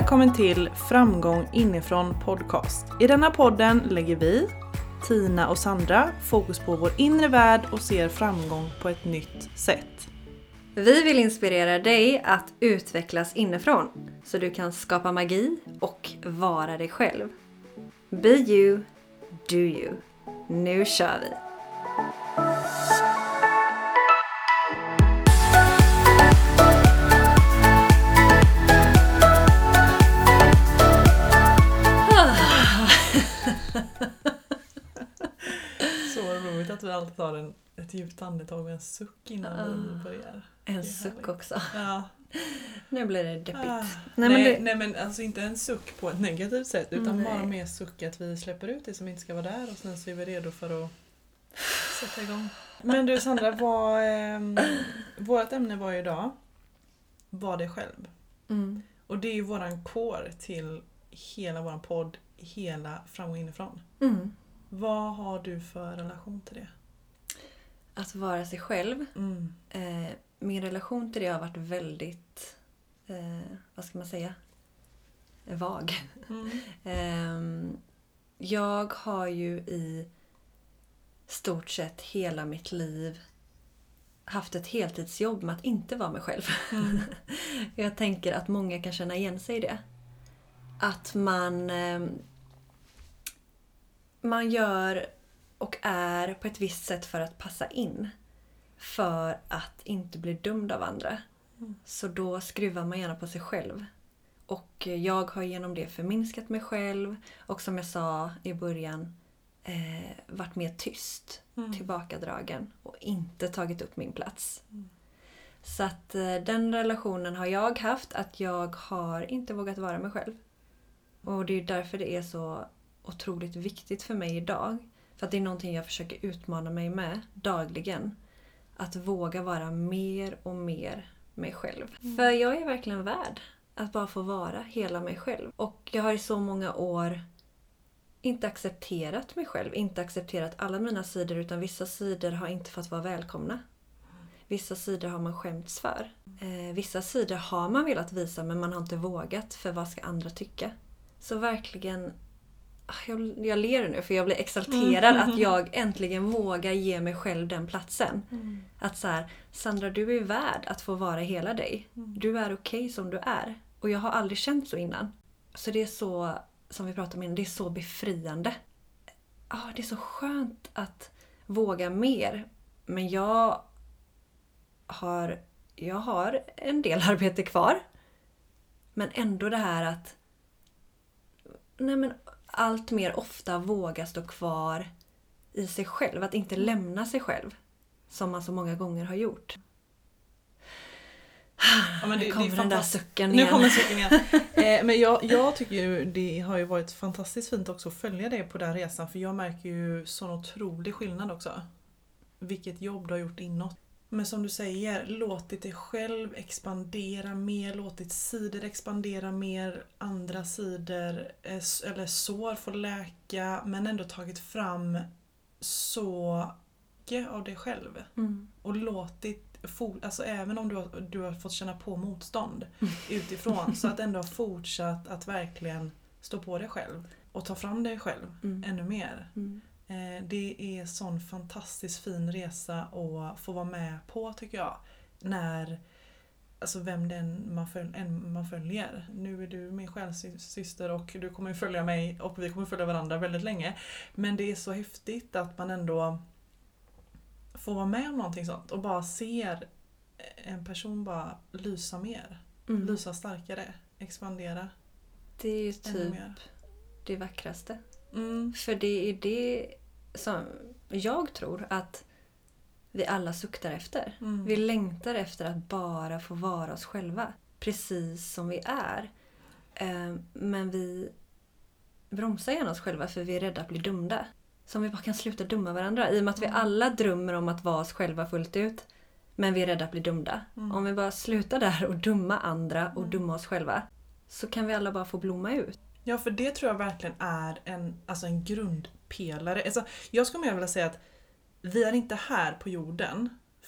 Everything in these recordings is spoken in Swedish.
Välkommen till Framgång inifrån podcast. I denna podden lägger vi, Tina och Sandra, fokus på vår inre värld och ser framgång på ett nytt sätt. Vi vill inspirera dig att utvecklas inifrån så du kan skapa magi och vara dig själv. Be you, do you. Nu kör vi! Så roligt att vi alltid tar ett djupt andetag med en suck innan vi börjar. En suck också. Ja. Nu blir det deppigt. Nej men alltså inte en suck på ett negativt sätt utan bara mer suck att vi släpper ut det som inte ska vara där och sen så är vi redo för att sätta igång. Men du Sandra, vårt ämne var ju idag var dig själv. Mm. Och det är ju våran core till hela våran podd, hela Framgång inifrån. Mm. Vad har du för relation till det? Att vara sig själv. Mm. Min relation till det har varit väldigt, vad ska man säga, vag. Jag har ju i stort sett hela mitt liv haft ett heltidsjobb med att inte vara mig själv. Jag tänker att många kan känna igen sig i det. Att man gör och är på ett visst sätt för att passa in. För att inte bli dömd av andra. Så då skruvar man gärna på sig själv. Och jag har genom det förminskat mig själv. Och som jag sa i början, varit mer tyst, tillbakadragen. Och inte tagit upp min plats. Så att den relationen har jag haft, att jag har inte vågat vara mig själv. Och det är därför det är så otroligt viktigt för mig idag. För att det är någonting jag försöker utmana mig med dagligen. Att våga vara mer och mer mig själv. För jag är verkligen värd att bara få vara hela mig själv. Och jag har i så många år inte accepterat mig själv. Inte accepterat alla mina sidor, utan vissa sidor har inte fått vara välkomna. Vissa sidor har man skämts för. Vissa sidor har man velat visa, men man har inte vågat, för vad ska andra tycka? Så verkligen, jag ler nu för jag blir exalterad att jag äntligen vågar ge mig själv den platsen. Att så här, Sandra, du är värd att få vara hela dig. Du är okej som du är. Och jag har aldrig känt så innan. Så det är så, som vi pratade om innan, det är så befriande. Det är så skönt att våga mer. Men jag har en del arbete kvar. Men ändå det här att allt mer ofta våga stå kvar i sig själv. Att inte lämna sig själv. Som man så många gånger har gjort. Ja, men nu kommer den där sucken igen. Nu kommer sucken igen. Men jag tycker ju det har ju varit fantastiskt fint också att följa dig på den resan. För jag märker ju sån otrolig skillnad också. Vilket jobb du har gjort inåt. Men som du säger, låtit dig själv expandera mer, låtit sidor expandera mer, andra sidor eller sår få läka, men ändå tagit fram så mycket av dig själv. Och låtit, alltså även om du har fått känna på motstånd utifrån, så att ändå ha fortsatt att verkligen stå på dig själv och ta fram dig själv ännu mer. Det är sån fantastiskt fin resa att få vara med på, tycker jag. När, alltså vem den man följer. Nu är du min själssyster och du kommer följa mig och vi kommer följa varandra väldigt länge. Men det är så häftigt att man ändå får vara med om någonting sånt och bara ser en person bara lysa mer. Lysa starkare, expandera. Det är ju typ det vackraste. För det är det som jag tror att vi alla suktar efter. Vi längtar efter att bara få vara oss själva. Precis som vi är. Men vi bromsar gärna oss själva för vi är rädda att bli dömda. Så om vi bara kan sluta döma varandra. I och med att vi alla drömmer om att vara oss själva fullt ut. Men vi är rädda att bli dömda. Om vi bara slutar där och döma andra och döma oss själva. Så kan vi alla bara få blomma ut. Ja, för det tror jag verkligen är en grundpelare. Alltså, jag skulle mer vilja säga att vi är inte här på jorden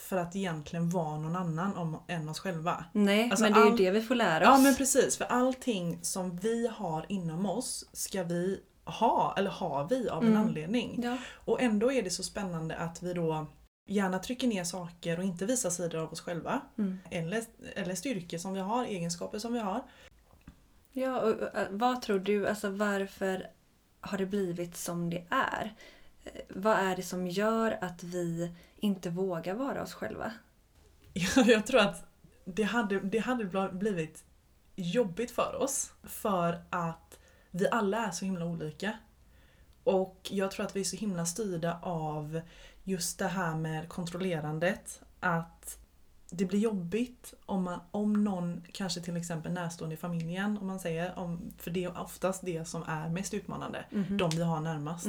för att egentligen vara någon annan än oss själva. Nej, alltså men det är ju det vi får lära oss. Ja, men precis. För allting som vi har inom oss ska vi ha, eller har vi av en anledning. Ja. Och ändå är det så spännande att vi då gärna trycker ner saker och inte visar sidor av oss själva. Eller styrkor som vi har, egenskaper som vi har. Ja, och vad tror du, alltså varför har det blivit som det är? Vad är det som gör att vi inte vågar vara oss själva? Jag tror att det hade blivit jobbigt för oss. För att vi alla är så himla olika. Och jag tror att vi är så himla styrda av just det här med kontrollerandet. Att det blir jobbigt om någon, kanske till exempel närstående i familjen, om man säger, för det är oftast det som är mest utmanande. De vi har närmast.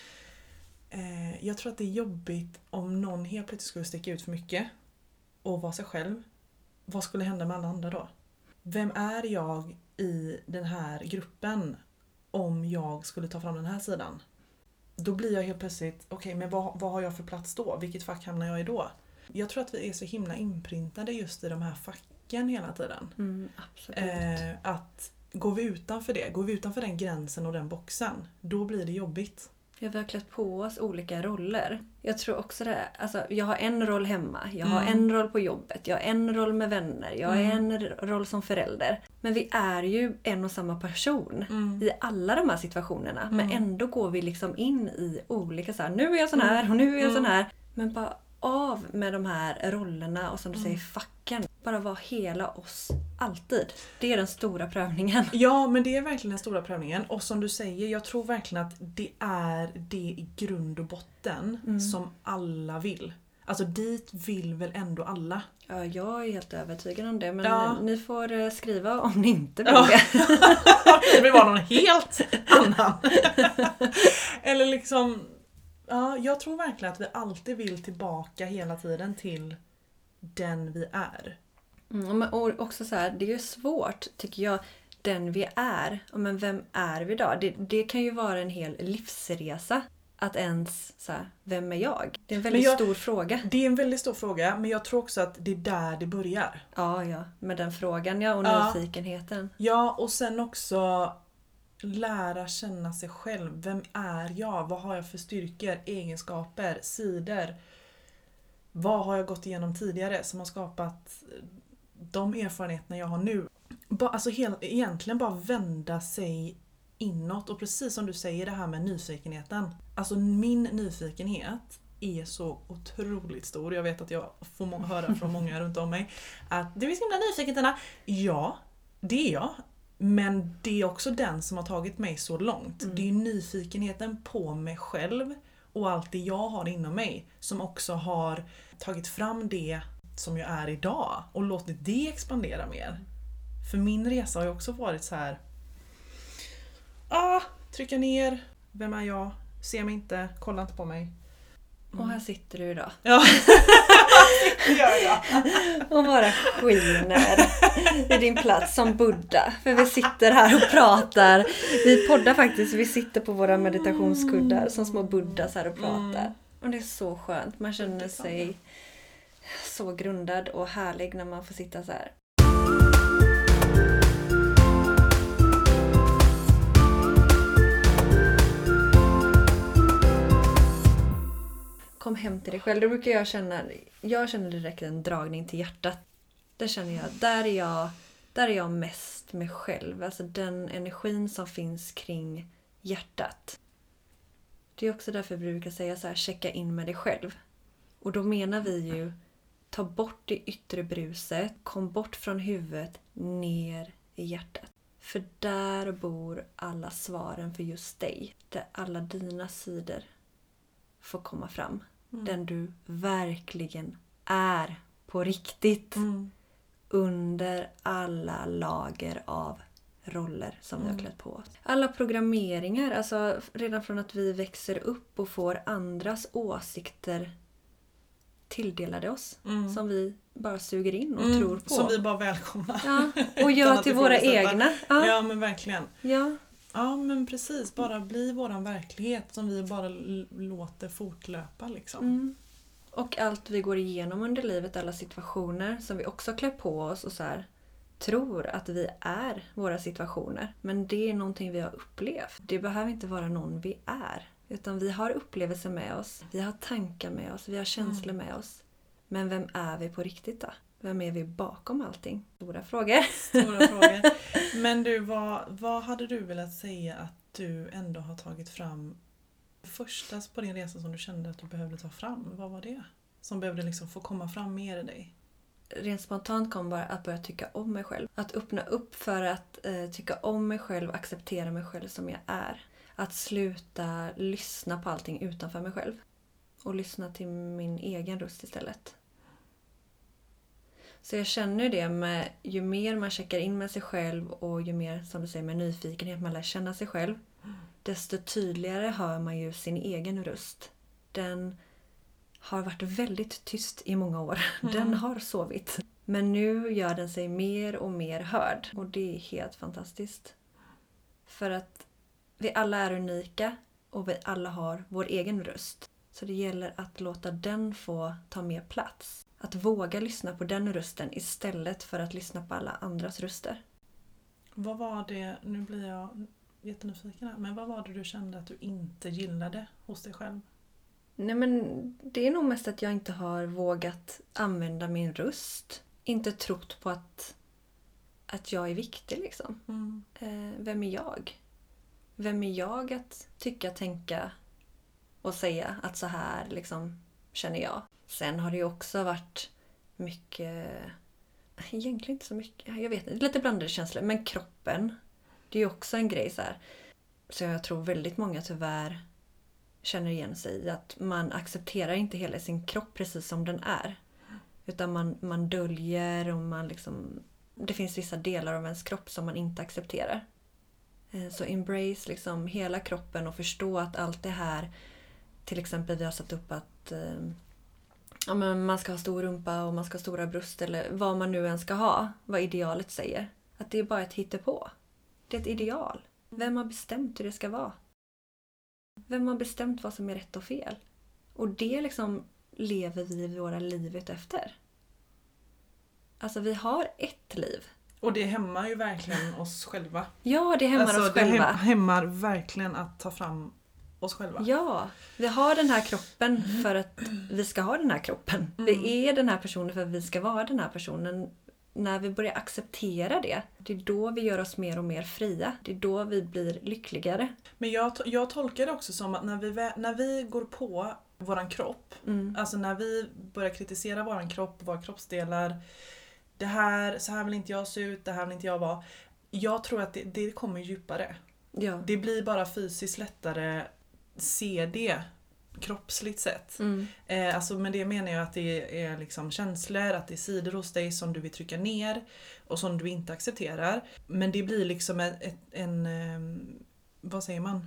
Jag tror att det är jobbigt om någon helt plötsligt skulle sticka ut för mycket och vara sig själv. Vad skulle hända med alla andra då? Vem är jag i den här gruppen om jag skulle ta fram den här sidan? Då blir jag helt plötsligt, okej, men vad har jag för plats då? Vilket fack hamnar jag i då? Jag tror att vi är så himla inprintade just i de här facken hela tiden. Absolut. Att går vi utanför den gränsen och den boxen, då blir det jobbigt. Ja, vi har klätt på oss olika roller. Jag tror också det. Alltså, jag har en roll hemma. Jag har en roll på jobbet. Jag har en roll med vänner. Jag har en roll som förälder. Men vi är ju en och samma person i alla de här situationerna. Men ändå går vi liksom in i olika så här, nu är jag sån här och nu är jag sån här. Men bara av med de här rollerna och som du säger facken. Bara vara hela oss alltid. Det är den stora prövningen. Ja, men det är verkligen den stora prövningen. Och som du säger, jag tror verkligen att det är det i grund och botten som alla vill. Alltså dit vill väl ändå alla. Ja, jag är helt övertygad om det. Men Ja. ni får skriva om ni inte vill det. Det vill vara någon helt annan. Eller liksom... Ja, jag tror verkligen att vi alltid vill tillbaka hela tiden till den vi är. Och också så här, det är ju svårt tycker jag, den vi är. Men vem är vi då? Det kan ju vara en hel livsresa. Att ens så här, vem är jag? Det är en väldigt stor fråga. Det är en väldigt stor fråga, men jag tror också att det är där det börjar. Ja, med den frågan och nyfikenheten. Ja, och sen också lära känna sig själv. Vem är jag? Vad har jag för styrkor, egenskaper, sidor? Vad har jag gått igenom tidigare som har skapat de erfarenheterna jag har nu? Alltså egentligen bara vända sig inåt. Och precis som du säger, det här med nyfikenheten. Alltså min nyfikenhet är så otroligt stor. Jag vet att jag får höra från många runt om mig att du är så himla nyfiken, Tina. Ja, det är jag. Men det är också den som har tagit mig så långt. Det är ju nyfikenheten på mig själv och allt det jag har inom mig som också har tagit fram det som jag är idag och låtit det expandera mer. För min resa har ju också varit så här: trycka ner, vem är jag? Se mig inte, kolla inte på mig. Och här sitter du idag. Ja, det gör jag. Och bara skiner i din plats som Buddha. För vi sitter här och pratar. Vi poddar faktiskt. Vi sitter på våra meditationskuddar som små buddhas här och pratar. Och det är så skönt. Man känner sig så grundad och härlig när man får sitta så här. Kom hem till dig själv. Då brukar jag känner direkt en dragning till hjärtat. Det känner jag. Där är jag mest mig själv. Alltså den energin som finns kring hjärtat. Det är också därför vi brukar säga så här: checka in med dig själv. Och då menar vi ju ta bort det yttre bruset. Kom bort från huvudet ner i hjärtat. För där bor alla svaren för just dig. Där alla dina sidor får komma fram. Den du verkligen är på riktigt. Under alla lager av roller som vi har klätt på oss. Alla programmeringar, alltså redan från att vi växer upp och får andras åsikter tilldelade oss. Som vi bara suger in och tror på. Som vi bara välkomnar. Ja, och gör till våra egna. Ja, men verkligen. Ja. Ja, men precis. Bara bli våran verklighet som vi bara låter fortlöpa liksom. Och allt vi går igenom under livet, alla situationer som vi också klär på oss och så här, tror att vi är våra situationer. Men det är någonting vi har upplevt. Det behöver inte vara någon vi är. Utan vi har upplevelser med oss, vi har tankar med oss, vi har känslor med oss. Men vem är vi på riktigt då? Vem är vi bakom allting? Stora frågor. Stora frågor. Men du, vad hade du velat säga att du ändå har tagit fram första på din resa som du kände att du behövde ta fram? Vad var det? Som behövde liksom få komma fram mer i dig? Rent spontant kom bara att börja tycka om mig själv. Att öppna upp för att tycka om mig själv, acceptera mig själv som jag är. Att sluta lyssna på allting utanför mig själv. Och lyssna till min egen röst istället. Så jag känner det med ju mer man checkar in med sig själv och ju mer, som du säger, med nyfikenhet man lär känna sig själv. Desto tydligare hör man ju sin egen röst. Den har varit väldigt tyst i många år. Den har sovit. Men nu gör den sig mer och mer hörd. Och det är helt fantastiskt. För att vi alla är unika och vi alla har vår egen röst. Så det gäller att låta den få ta mer plats. Att våga lyssna på den rösten istället för att lyssna på alla andras röster. Vad var det, nu blir jag jättenyfiken här, men vad var det du kände att du inte gillade hos dig själv? Nej, men det är nog mest att jag inte har vågat använda min röst. Inte trott på att jag är viktig liksom. Vem är jag? Vem är jag att tycka, tänka och säga att så här liksom känner jag. Sen har det ju också varit mycket, egentligen inte så mycket, jag vet inte, lite blandade känslor. Men kroppen, det är ju också en grej så här. Så jag tror väldigt många tyvärr känner igen sig i att man accepterar inte hela sin kropp precis som den är. Utan man döljer och man liksom, det finns vissa delar av ens kropp som man inte accepterar. Så embrace liksom hela kroppen och förstå att allt det här, till exempel vi har satt upp att men man ska ha stor rumpa och man ska ha stora bröst eller vad man nu än ska ha, vad idealet säger. Att det är bara ett hittepå. Det är ett ideal. Vem har bestämt hur det ska vara? Vem har bestämt vad som är rätt och fel? Och det liksom lever vi våra livet efter. Alltså vi har ett liv. Och det hämmar ju verkligen oss själva. Ja, det hämmar oss själva. Det hämmar verkligen att ta fram oss själva. Ja, vi har den här kroppen för att vi ska ha den här kroppen. Vi är den här personen för att vi ska vara den här personen. När vi börjar acceptera det, det är då vi gör oss mer och mer fria. Det är då vi blir lyckligare. Men jag tolkar det också som att när vi går på våran kropp, alltså när vi börjar kritisera våran kropp, våra kroppsdelar, så här vill inte jag se ut, det här vill inte jag vara. Jag tror att det kommer djupare. Ja. Det blir bara fysiskt lättare se det kroppsligt sett. Alltså med det menar jag att det är liksom känslor, att det är sidor hos dig som du vill trycka ner och som du inte accepterar. Men det blir liksom en vad säger man?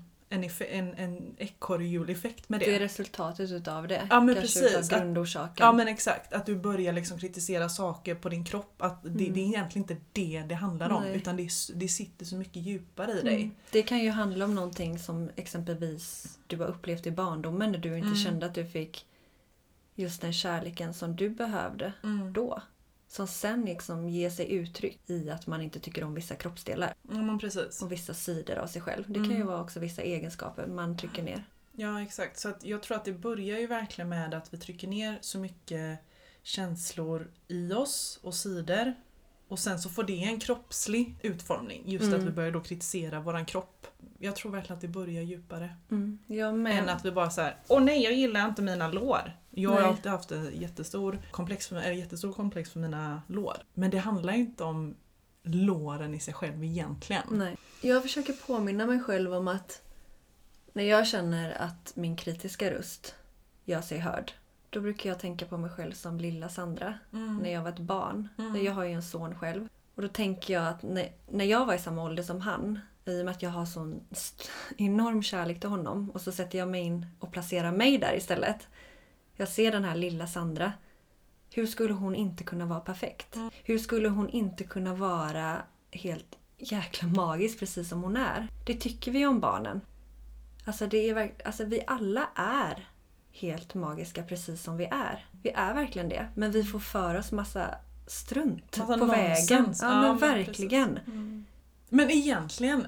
En ekorrhjuleffekt med det. Det är resultatet utav det. Ja, men kanske precis. Utav grundorsaken. Ja men exakt. Att du börjar liksom kritisera saker på din kropp. Att det är egentligen inte det handlar om. Nej. Utan det sitter så mycket djupare i dig. Det kan ju handla om någonting som exempelvis du har upplevt i barndomen. När du inte kände att du fick just den kärleken som du behövde då. Som sen liksom ger sig uttryck i att man inte tycker om vissa kroppsdelar. Ja men precis. Och vissa sidor av sig själv. Det kan ju vara också vissa egenskaper man trycker ner. Ja exakt. Så att jag tror att det börjar ju verkligen med att vi trycker ner så mycket känslor i oss och sidor. Och sen så får det en kroppslig utformning. Just att vi börjar då kritisera våran kropp. Jag tror verkligen att det börjar djupare. Än att vi bara så här: åh nej, jag gillar inte mina lår. Jag har alltid haft ett jättestor komplex för mina lår. Men det handlar ju inte om låren i sig själv egentligen. Nej. Jag försöker påminna mig själv om att när jag känner att min kritiska röst gör sig hörd, då brukar jag tänka på mig själv som lilla Sandra. När jag var ett barn. Jag har ju en son själv. Och då tänker jag att när jag var i samma ålder som han, i och med att jag har sån enorm kärlek till honom, och så sätter jag mig in och placerar mig där istället. Jag ser den här lilla Sandra. Hur skulle hon inte kunna vara perfekt? Hur skulle hon inte kunna vara helt jäkla magisk precis som hon är? Det tycker vi om barnen. Alltså vi alla är helt magiska precis som vi är. Vi är verkligen det. Men vi får för oss massa strunt Massa på nonsens. vägen. Ja, Men verkligen. Men egentligen,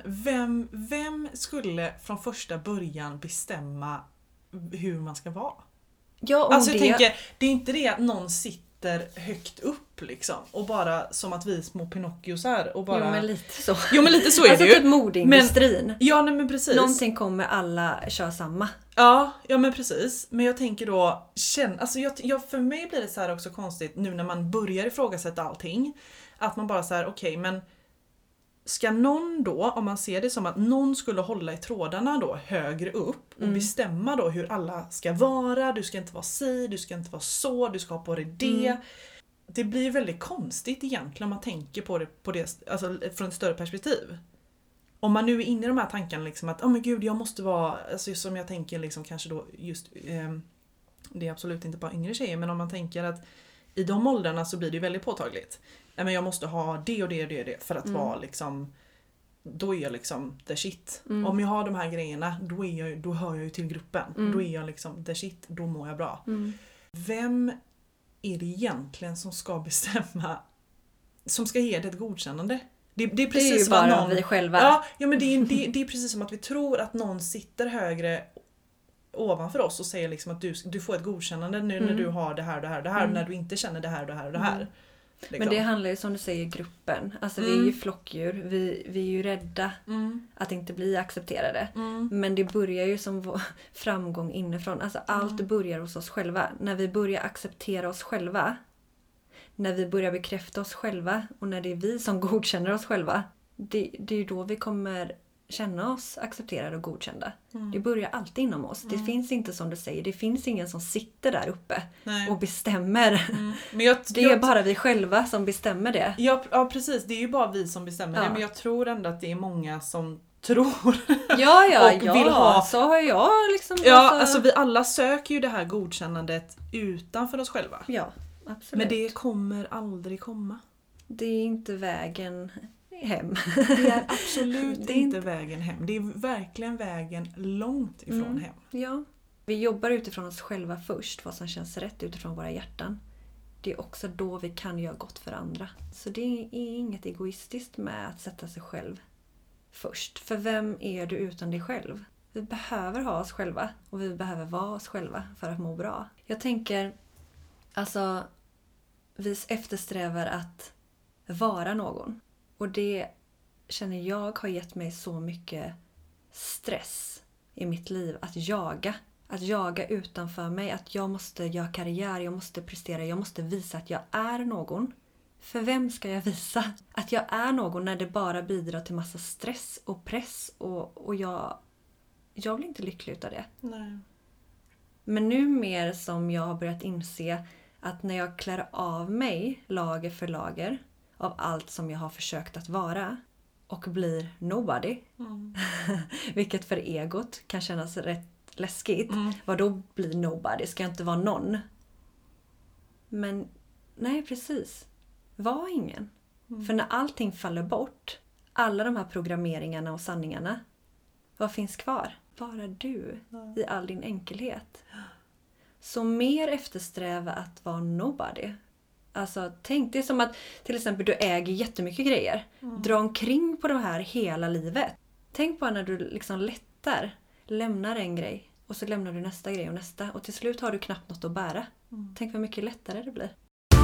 vem skulle från första början bestämma hur man ska vara? Ja, Alltså jag tänker, det är inte det att någon sitter högt upp liksom och bara som att vi är små Pinocchios här och bara... Jo, men lite så. Jo, men lite så är alltså det ju. Typ modeindustrin. Ja, nej, men precis. Någonting kommer alla köra samma. Ja, men precis. Men jag tänker då, alltså för mig blir det så här också konstigt nu när man börjar ifrågasätta allting. Att man bara så här, okej, men ska någon då, om man ser det som att någon skulle hålla i trådarna då högre upp och bestämma då hur alla ska vara, du ska inte vara si, du ska inte vara så, du ska ha på dig det. Det blir väldigt konstigt egentligen om man tänker på det alltså från ett större perspektiv. Om man nu är inne i de här tankarna liksom att men gud, jag måste vara, alltså som jag tänker liksom kanske då just det är absolut inte bara yngre tjejer, men om man tänker att i de åldrarna så blir det ju väldigt påtagligt. Men jag måste ha det och det och det för att vara liksom, då är jag liksom the shit. Om jag har de här grejerna, då hör jag ju till gruppen. Då är jag liksom the shit, då mår jag bra. Vem är det egentligen som ska bestämma, som ska ge det ett godkännande? Det är precis det är ju bara någon, vi själva. Ja, men det är precis som att vi tror att någon sitter högre ovanför oss och säger liksom att du får ett godkännande nu när du har det här, när du inte känner det här och det här. Liksom. Men det handlar ju som du säger gruppen. Alltså vi är ju flockdjur. Vi är ju rädda att inte bli accepterade. Men det börjar ju som framgång inifrån. Alltså allt börjar hos oss själva. När vi börjar acceptera oss själva. När vi börjar bekräfta oss själva. Och när det är vi som godkänner oss själva. Det är ju då vi kommer känna oss accepterade och godkända. Det börjar alltid inom oss. Det finns inte, som du säger, det finns ingen som sitter där uppe och bestämmer. Men det är bara vi själva som bestämmer det. Ja, precis. Det är ju bara vi som bestämmer det. Men jag tror ändå att det är många som tror ja, och vill ha. Så har jag liksom... Ja, alltså vi alla söker ju det här godkännandet utanför oss själva. Ja, absolut. Men det kommer aldrig komma. Det är inte vägen hem. Det är absolut inte vägen hem. Det är verkligen vägen långt ifrån hem. Ja. Vi jobbar utifrån oss själva först, vad som känns rätt utifrån våra hjärtan. Det är också då vi kan göra gott för andra. Så det är inget egoistiskt med att sätta sig själv först. För vem är du utan dig själv? Vi behöver ha oss själva och vi behöver vara oss själva för att må bra. Jag tänker, alltså, vi eftersträvar att vara någon. Och det känner jag har gett mig så mycket stress i mitt liv. Att jaga utanför mig. Att jag måste göra karriär, jag måste prestera, jag måste visa att jag är någon. För vem ska jag visa att jag är någon när det bara bidrar till massa stress och press? Och jag blir inte lycklig utav det. Nej. Men nu mer som jag har börjat inse att när jag klär av mig lager för lager av allt som jag har försökt att vara och blir nobody. Vilket för egot kan kännas rätt läskigt. Vad då blir nobody? Ska jag inte vara någon? Men nej, precis. Var ingen. För när allting faller bort, alla de här programmeringarna och sanningarna, vad finns kvar? Bara du i all din enkelhet. Så mer eftersträva att vara nobody. Alltså tänk, det är som att till exempel du äger jättemycket grejer. Dra omkring på det här hela livet. Tänk bara när du liksom lämnar en grej. Och så lämnar du nästa grej och nästa. Och till slut har du knappt något att bära. Tänk vad mycket lättare det blir.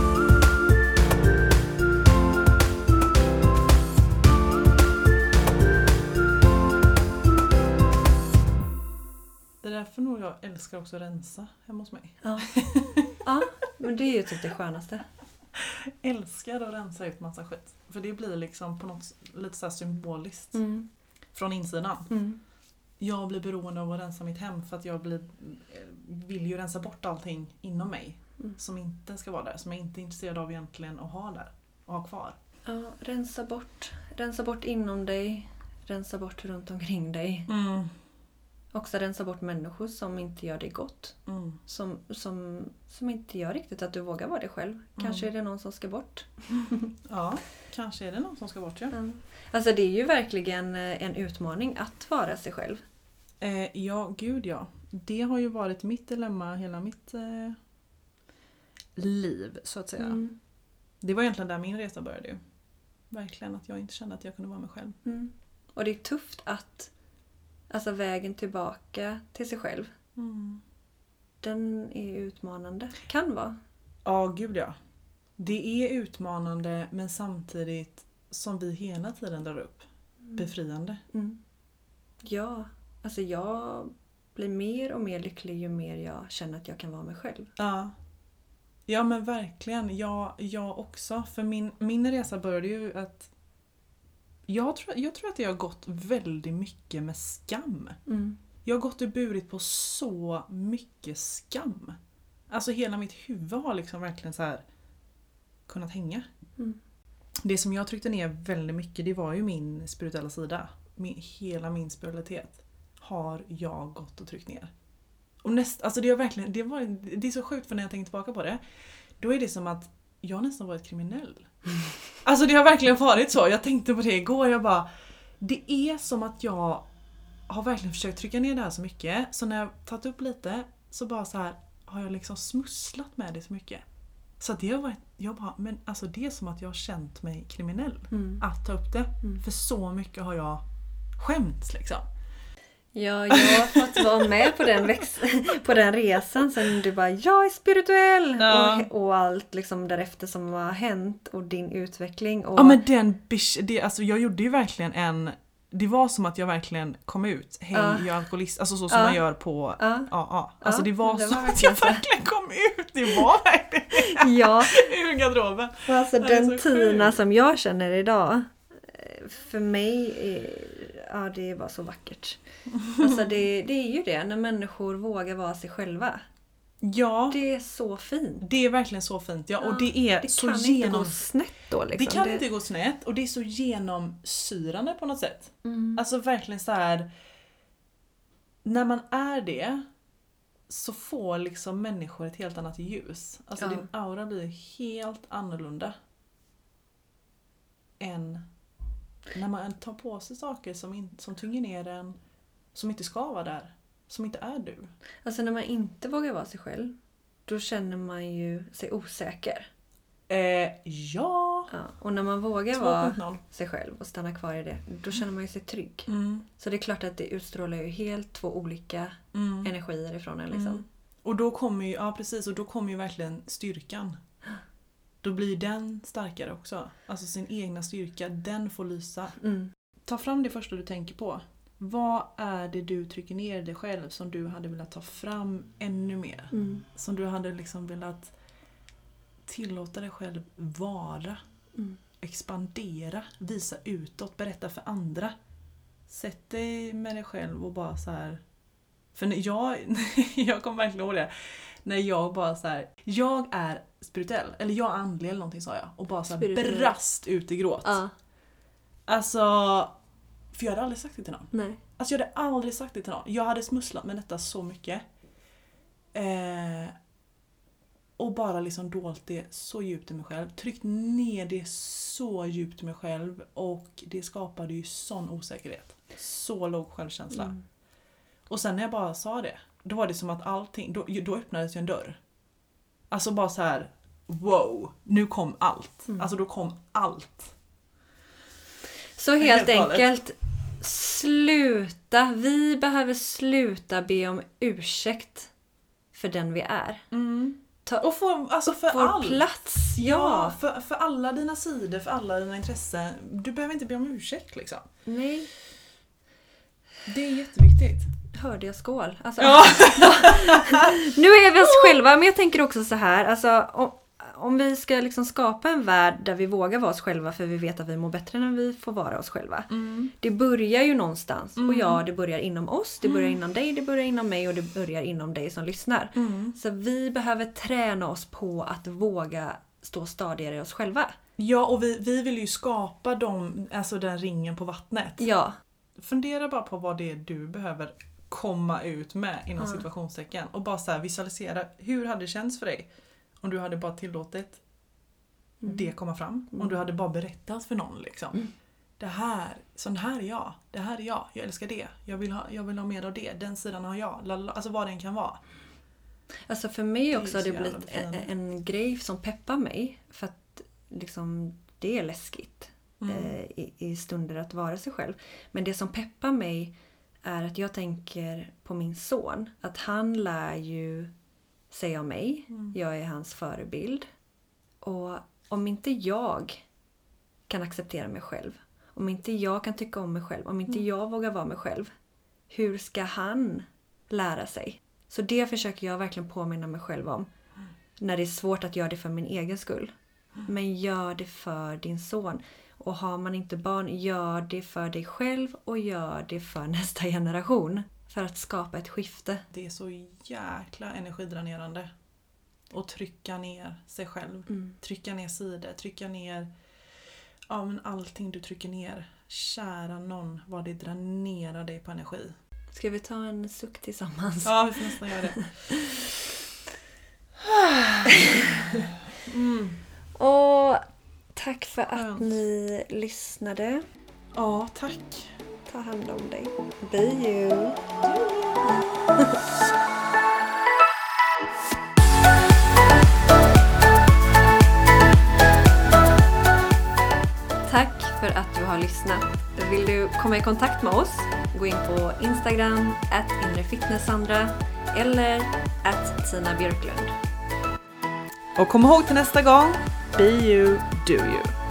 Det är därför nog jag älskar också att rensa hemma hos mig. Ja, men det är ju typ det skönaste. Älskar att rensa ut massa skit. För det blir liksom på något lite så här symboliskt. Från insidan. Jag blir beroende av att rensa mitt hem för att jag vill ju rensa bort allting inom mig. Som inte ska vara där. Som jag inte är intresserad av egentligen att ha där. Och ha kvar. Ja, rensa bort inom dig. Rensa bort runt omkring dig. Också rensa bort människor som inte gör dig gott. Som inte gör riktigt att du vågar vara dig själv. Kanske är det någon som ska bort. Ja, kanske är det någon som ska bort. Ja. Alltså det är ju verkligen en utmaning att vara sig själv. Ja, gud ja. det har ju varit mitt dilemma hela mitt liv så att säga. Mm. Det var egentligen där min resa började ju. Verkligen att jag inte kände att jag kunde vara mig själv. Mm. Och det är tufft att alltså vägen tillbaka till sig själv. Den är utmanande. Kan vara. Ja, gud ja. Det är utmanande men samtidigt som vi hela tiden drar upp. Befriande. Mm. Ja, alltså jag blir mer och mer lycklig ju mer jag känner att jag kan vara mig själv. Ja. Ja men verkligen. Jag också. För min resa började ju att jag tror att jag har gått väldigt mycket med skam. Mm. Jag har gått och burit på så mycket skam. Alltså hela mitt huvud har liksom verkligen så här kunnat hänga. Mm. Det som jag tryckte ner väldigt mycket, det var ju min spirituella sida. Hela min spiritualitet har jag gått och tryckt ner. Och alltså det är så sjukt för när jag tänker tillbaka på det. Då är det som att jag nästan varit kriminell. Alltså det har verkligen varit så. Jag tänkte på det igår. Det är som att jag har verkligen försökt trycka ner det här så mycket. Så när jag tagit upp lite så bara så här har jag liksom smusslat med det så mycket. Så att det har varit, men alltså det är som att jag har känt mig kriminell att ta upp det. För så mycket har jag skämts liksom. Ja, jag har fått vara med på den resan. Sen du bara, jag är spirituell! Ja. Och allt liksom därefter som har hänt och din utveckling. Och... Ja men alltså jag gjorde ju verkligen det var som att jag verkligen kom ut. Hej, jag är alkoholist. Alltså så som man gör på AA. Alltså det var som att jag verkligen kom ut. Det var verkligen ur garderoben. Alltså den Tina som jag känner idag. För mig det var så vackert. Alltså det är ju det. När människor vågar vara sig själva. Ja. Det är så fint. Det är verkligen så fint. Ja, och det är så kan inte gå snett då liksom. Det kan inte gå snett och det är så genomsyrande på något sätt. Alltså verkligen så här. När man är det så får liksom människor ett helt annat ljus. Alltså din aura blir helt annorlunda än när man tar på sig saker som tynger ner en, som inte ska vara där. Som inte är du. Alltså när man inte vågar vara sig själv, då känner man ju sig osäker. Ja. Och när man vågar vara sig själv och stanna kvar i det, då känner man ju sig trygg. Så det är klart att det utstrålar ju helt två olika energier ifrån en liksom. Och då kommer ju verkligen styrkan. Då blir den starkare också. Alltså sin egna styrka, den får lysa. Ta fram det första du tänker på. Vad är det du trycker ner dig själv som du hade velat ta fram ännu mer? Som du hade liksom velat tillåta dig själv vara. Expandera, visa utåt, berätta för andra. Sätt dig med dig själv och bara så här. För jag kommer verkligen ihåg det. När jag bara så här, jag är spirituell, eller jag är andlig eller någonting sa jag. Och bara så här brast ut i gråt. Alltså, för jag hade aldrig sagt det till någon. Nej. Alltså jag hade aldrig sagt det till någon. Jag hade smusslat med detta så mycket. Och bara liksom dolt det så djupt i mig själv. Tryckt ner det så djupt i mig själv. Och det skapade ju sån osäkerhet. Så låg självkänsla. Och sen när jag bara sa det, då var det som att allting, då öppnades ju en dörr. Alltså bara så här, wow, nu kom allt. Alltså då kom allt. Så helt enkelt, vi behöver sluta be om ursäkt för den vi är. Och för allt. Plats, ja. För alla dina sidor, för alla dina intressen. Du behöver inte be om ursäkt liksom. Nej. Det är jätteviktigt. Hörde jag skål? Alltså, nu är vi oss själva, men jag tänker också så här. Alltså, om vi ska liksom skapa en värld där vi vågar vara oss själva för vi vet att vi mår bättre när vi får vara oss själva. Det börjar ju någonstans. Och det börjar inom oss, det börjar inom dig, det börjar inom mig och det börjar inom dig som lyssnar. Så vi behöver träna oss på att våga stå stadigare i oss själva. Ja, och vi vill ju skapa den ringen på vattnet. Ja. Fundera bara på vad det är du behöver komma ut med inom situationstecken. Och bara så här visualisera, hur hade det känts för dig om du hade bara tillåtit det komma fram. Om du hade bara berättat för någon liksom. sån här är jag. Det här är jag. Jag älskar det. Jag vill ha mer av det. Den sidan har jag. Alltså vad den kan vara. Alltså för mig också har det blivit en grej som peppar mig. För att liksom, det är läskigt i stunder att vara sig själv. Men det som peppar mig är att jag tänker på min son. Att han lär ju sig av mig. Jag är hans förebild. Och om inte jag kan acceptera mig själv. Om inte jag kan tycka om mig själv. Om inte jag vågar vara mig själv. Hur ska han lära sig? Så det försöker jag verkligen påminna mig själv om. När det är svårt att göra det för min egen skull. Men gör det för din son. Och har man inte barn, gör det för dig själv. Och gör det för nästa generation. För att skapa ett skifte. Det är så jäkla energidränerande. Och trycka ner sig själv. Trycka ner sidor. Trycka ner men allting du trycker ner. Kära någon, vad det dränerar dig på energi. Ska vi ta en suck tillsammans? Ja, vi får nästan göra det. Och tack för att ni lyssnade. Ja, tack. Ta hand om dig. Be you. Tack för att du har lyssnat. Vill du komma i kontakt med oss? Gå in på Instagram @inrefitnesssandra eller @Tina Björklund. Och kom ihåg till nästa gång, be you, do you.